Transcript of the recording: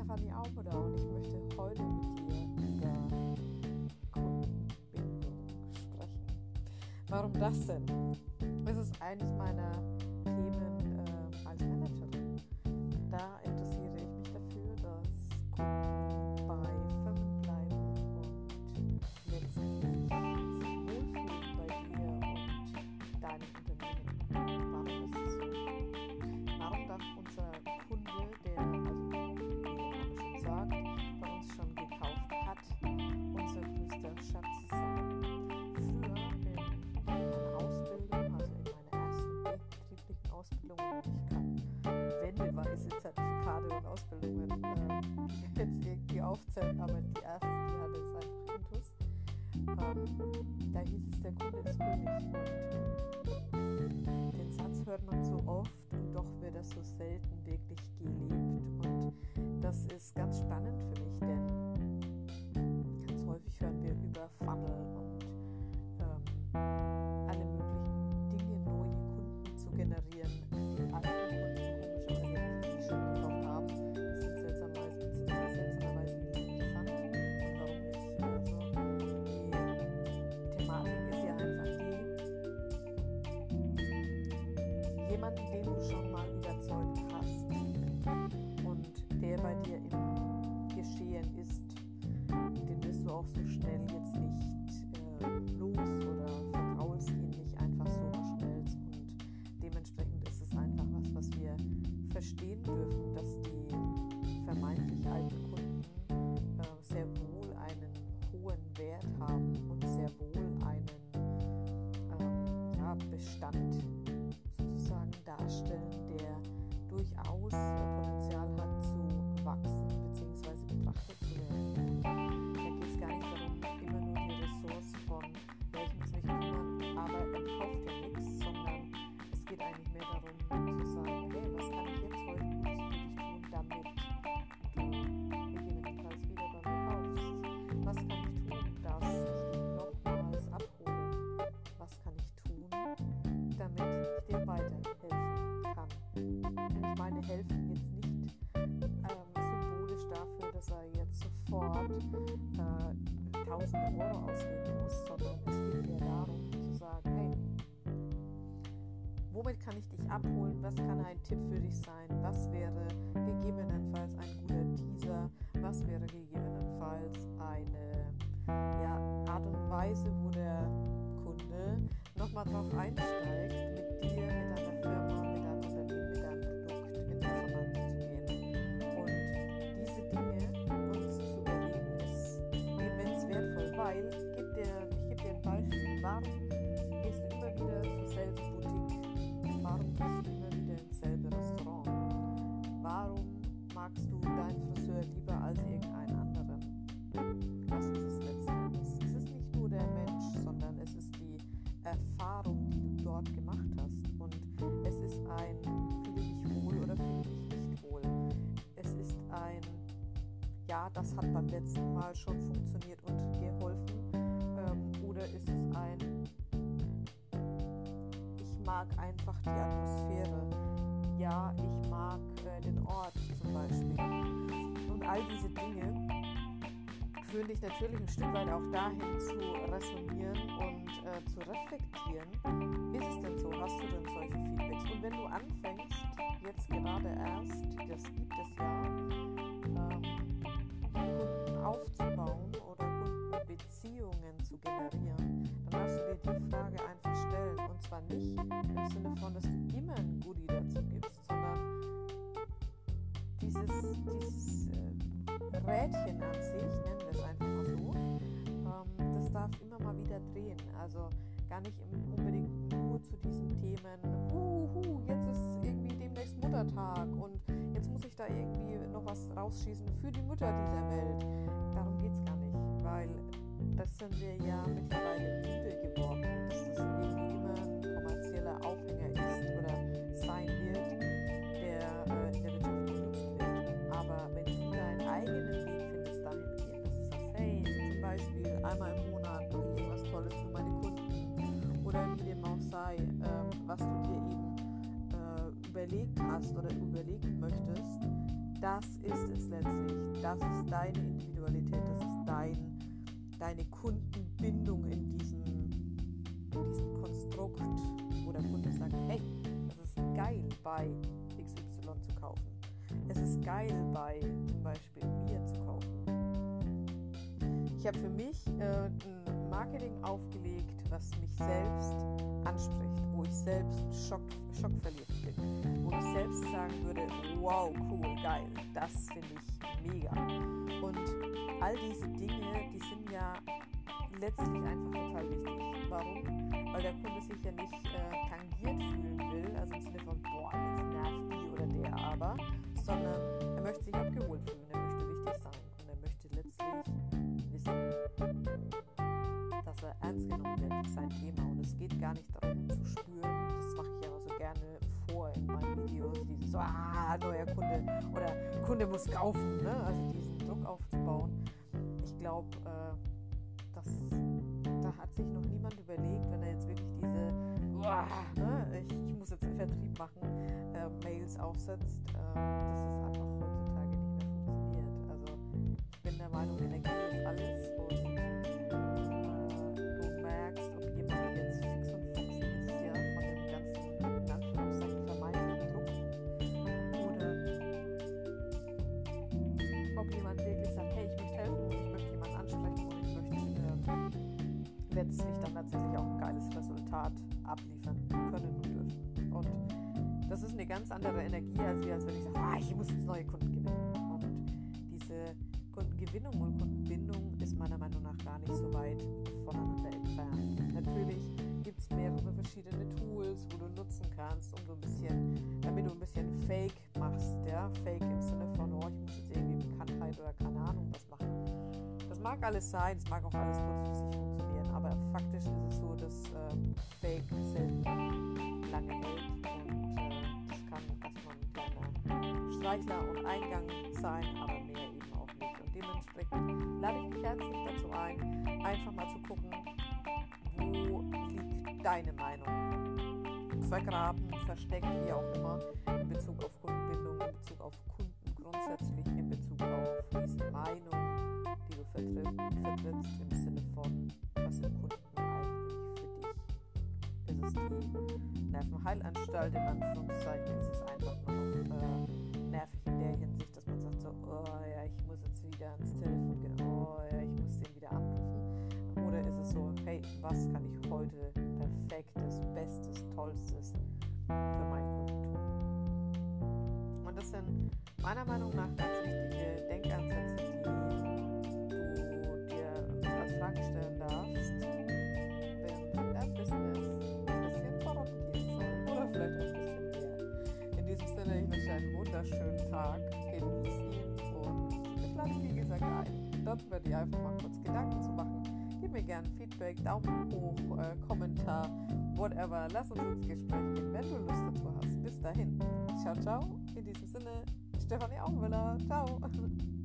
Stefanie Auboda und ich möchte heute mit dir über Kundenbindung sprechen. Warum das denn? Es ist eines meiner Themen als Managerin. Da interessiere ich mich dafür, dass Kunden bei Firmen bleiben und letztlich sich wohlfühlen bei dir und deinem Unternehmen. Warum ist es so? Warum darf unser Kunde, der, also wie der Name schon sagt, bei uns schon gekauft hat, unser größter Schatz sein? Früher in meiner Ausbildung, also in meiner ersten betrieblichen Ausbildung, und ich kann wendeweise Zertifikate und Ausbildungen jetzt irgendwie aufzählen, aber die erste, die hatte es einfach intus. Da hieß es, der Kunde ist König, und den Satz hört man so oft und doch wird er so selten wirklich gelebt, und das ist ganz spannend für mich, denn ganz häufig hören wir über Funnel und alle möglichen Dinge, neue Kunden zu generieren. Die alten Kunden komischerweise, die schon gekauft haben, die sind seltsamerweise nicht interessant. Und warum nicht? Also die Thematik ist ja einfach jemanden, den du schon mal überzeugt hast und der bei dir im Geschehen ist, den wirst du auch so schnell jetzt nicht los oder vergraulst ihn nicht einfach so schnell, und dementsprechend ist es einfach was wir verstehen dürfen, dass die vermeintlich alten Kunden sehr wohl einen hohen Wert haben und sehr wohl einen Bestand sozusagen darstellen, der durchaus Potenzial hat zu wachsen bzw. betrachtet zu werden. Da geht es gar nicht darum, immer nur die Ressource von ich muss mich kümmern, aber er kauft ja nichts, sondern es geht eigentlich mehr darum zu sagen, hey, was kann ich jetzt heute Gutes für dich tun, damit du gegebenenfalls wieder bei mir kaufst? Was kann ich tun, dass ich dich nochmals abhole? Was kann ich tun, damit ich dir weiterhelfen kann? Ich meine, helfen jetzt nicht symbolisch dafür, dass er jetzt sofort tausende Euro ausgeben muss, sondern es geht eher darum zu sagen, hey, womit kann ich dich abholen? Was kann ein Tipp für dich sein? Was wäre gegebenenfalls ein guter Teaser? Was wäre gegebenenfalls eine Art und Weise, wo der Kunde nochmal drauf einsteigt, mit dir, mit deiner Firma, mit deinem Unternehmen, mit deinem Produkt in Resonanz zu gehen. Und diese Dinge uns zu überlegen, ist immens wertvoll, weil, ich gebe dir ein Beispiel, warum gehst du immer wieder zur selben Boutique? Warum gehst du immer wieder ins selbe Restaurant? Warum magst du deinen Friseur lieber als irgendeinen anderen? Was ist es letzten Endes? Es ist nicht nur der Mensch, sondern es ist die Erfahrung, die du dort gemacht hast. Und es ist ein fühle dich wohl oder fühle dich nicht wohl. Es ist ein das hat beim letzten Mal schon funktioniert und geholfen. Oder ist es ein ich mag einfach die Atmosphäre. Ja, ich mag den Ort zum Beispiel. Und all diese Dinge führen dich natürlich ein Stück weit auch dahin zu resonieren und zu reflektieren. Ist es denn so? Hast du denn solche Feedbacks? Und wenn du anfängst, jetzt gerade erst, das gibt es ja, Kunden aufzubauen oder Kundenbeziehungen zu generieren, dann darfst du dir die Frage einfach stellen. Und zwar nicht im Sinne von, dass du immer ein Goodie dazu gibst, sondern dieses Rädchen an sich, nennen wir es einfach mal so, das darf immer mal wieder drehen. Also gar nicht unbedingt nur zu diesen Themen, jetzt ist irgendwie demnächst Muttertag und jetzt muss ich da irgendwie noch was rausschießen für die Mütter dieser Welt. Darum geht es gar nicht, weil das sind wir ja mittlerweile müde geworden, dass das irgendwie immer ein kommerzieller Aufhänger ist oder sein wird, der in der Wirtschaft genutzt wird. Aber wenn du deinen eigenen Weg findest, dahingehend, dass du sagst, hey, zum Beispiel einmal im Monat mache ich irgendwas Tolles für meine Kunden oder wie dem auch sei, was du dir eben überlegt hast oder überlegen möchtest, das ist es letztlich. Das ist deine Individualität, das ist deine Kundenbindung in diesem Konstrukt, wo der Kunde sagt, hey, das ist geil bei XY zu kaufen. Es ist geil bei zum Beispiel mir zu kaufen. Ich habe für mich ein Marketing aufgelegt, was mich selbst anspricht, wo ich selbst schockverliebt bin, wo ich selbst sagen würde, wow, cool, geil, das finde ich mega. Und all diese Dinge, die sind ja letztlich einfach total wichtig. Warum? Weil der Kunde sich ja nicht tangiert fühlen will, also im Sinne von, boah, jetzt nervt die oder der aber, sondern er möchte sich abgeholt fühlen, er möchte wichtig sein und er möchte letztlich wissen, dass er ernst genommen wird, sein Thema. Und es geht gar nicht darum zu spüren, das mache ich aber so gerne vor in meinen Videos, dieses so, neuer Kunde oder Kunde muss kaufen, ne? Also diesen Druck aufzubauen. Ich glaube, da hat sich noch niemand überlegt, wenn er jetzt wirklich diese, ich muss jetzt einen Vertrieb machen, Mails aufsetzt, dass es einfach heutzutage nicht mehr funktioniert. Also ich bin der Meinung, Energie ist alles und du merkst, ob jemand jetzt fix und foxy ist, ja, von dem ganzen, in Anführungszeichen, vermeintlichen Druck, oder ob jemand wirklich sagt, hey, ich möchte helfen und ich möchte jemanden ansprechen und ich möchte letztlich dann tatsächlich auch ein geiles Resultat abliefern können und dürfen. Und das ist eine ganz andere Energie, als wenn ich sage, ich muss jetzt neue Kunden gewinnen. Und diese Kundengewinnung und Kundenbindung ist meiner Meinung nach gar nicht so weit voneinander entfernt. Natürlich gibt es mehrere verschiedene Tools, wo du nutzen kannst, damit du ein bisschen Fake machst, ja, Fake im Sinne von, ich muss jetzt irgendwie Bekanntheit oder keine Ahnung was machen. Das mag alles sein, es mag auch alles kurzfristig funktionieren, aber faktisch ist es so, dass Fake selten lange hält und das kann erstmal ein kleiner Streichler und Eingang sein, aber mehr eben auch nicht. Und dementsprechend lade ich dich herzlich dazu ein, einfach mal zu gucken, wo liegt deine Meinung vergraben, versteckt, wie auch immer, in Bezug auf Kundenbindung, in Bezug auf Kunden grundsätzlich, in Bezug auf diese Meinung, die du vertrittst im Sinne von, was sind Kunden eigentlich für dich? Ist es die Nervenheilanstalt, in Anführungszeichen, ist es einfach nur noch nervig in der Hinsicht, dass man sagt so, ich muss jetzt wieder ans Telefon gehen, ich muss den wieder anrufen. Oder ist es so, hey, was kann ich heute Perfektes, Bestes, Tollstes für meinen Kunden tun? Und das sind meiner Meinung nach ganz wichtige Denkansätze, die du dir als Frage stellen darfst, wenn dein Business ein bisschen vorangehen soll oder vielleicht auch ein bisschen mehr. In diesem Sinne, ich wünsche einen wunderschönen Tag, genieß ihn und ich lade dich wie gesagt ein, darüber dir einfach mal kurz Gedanken zu machen. Gib mir gerne Feedback, Daumen hoch, Kommentar, whatever. Lass uns ins Gespräch gehen, wenn du Lust dazu hast. Bis dahin. Ciao, ciao. In diesem Sinne, Stefanie Augenwiller. Ciao.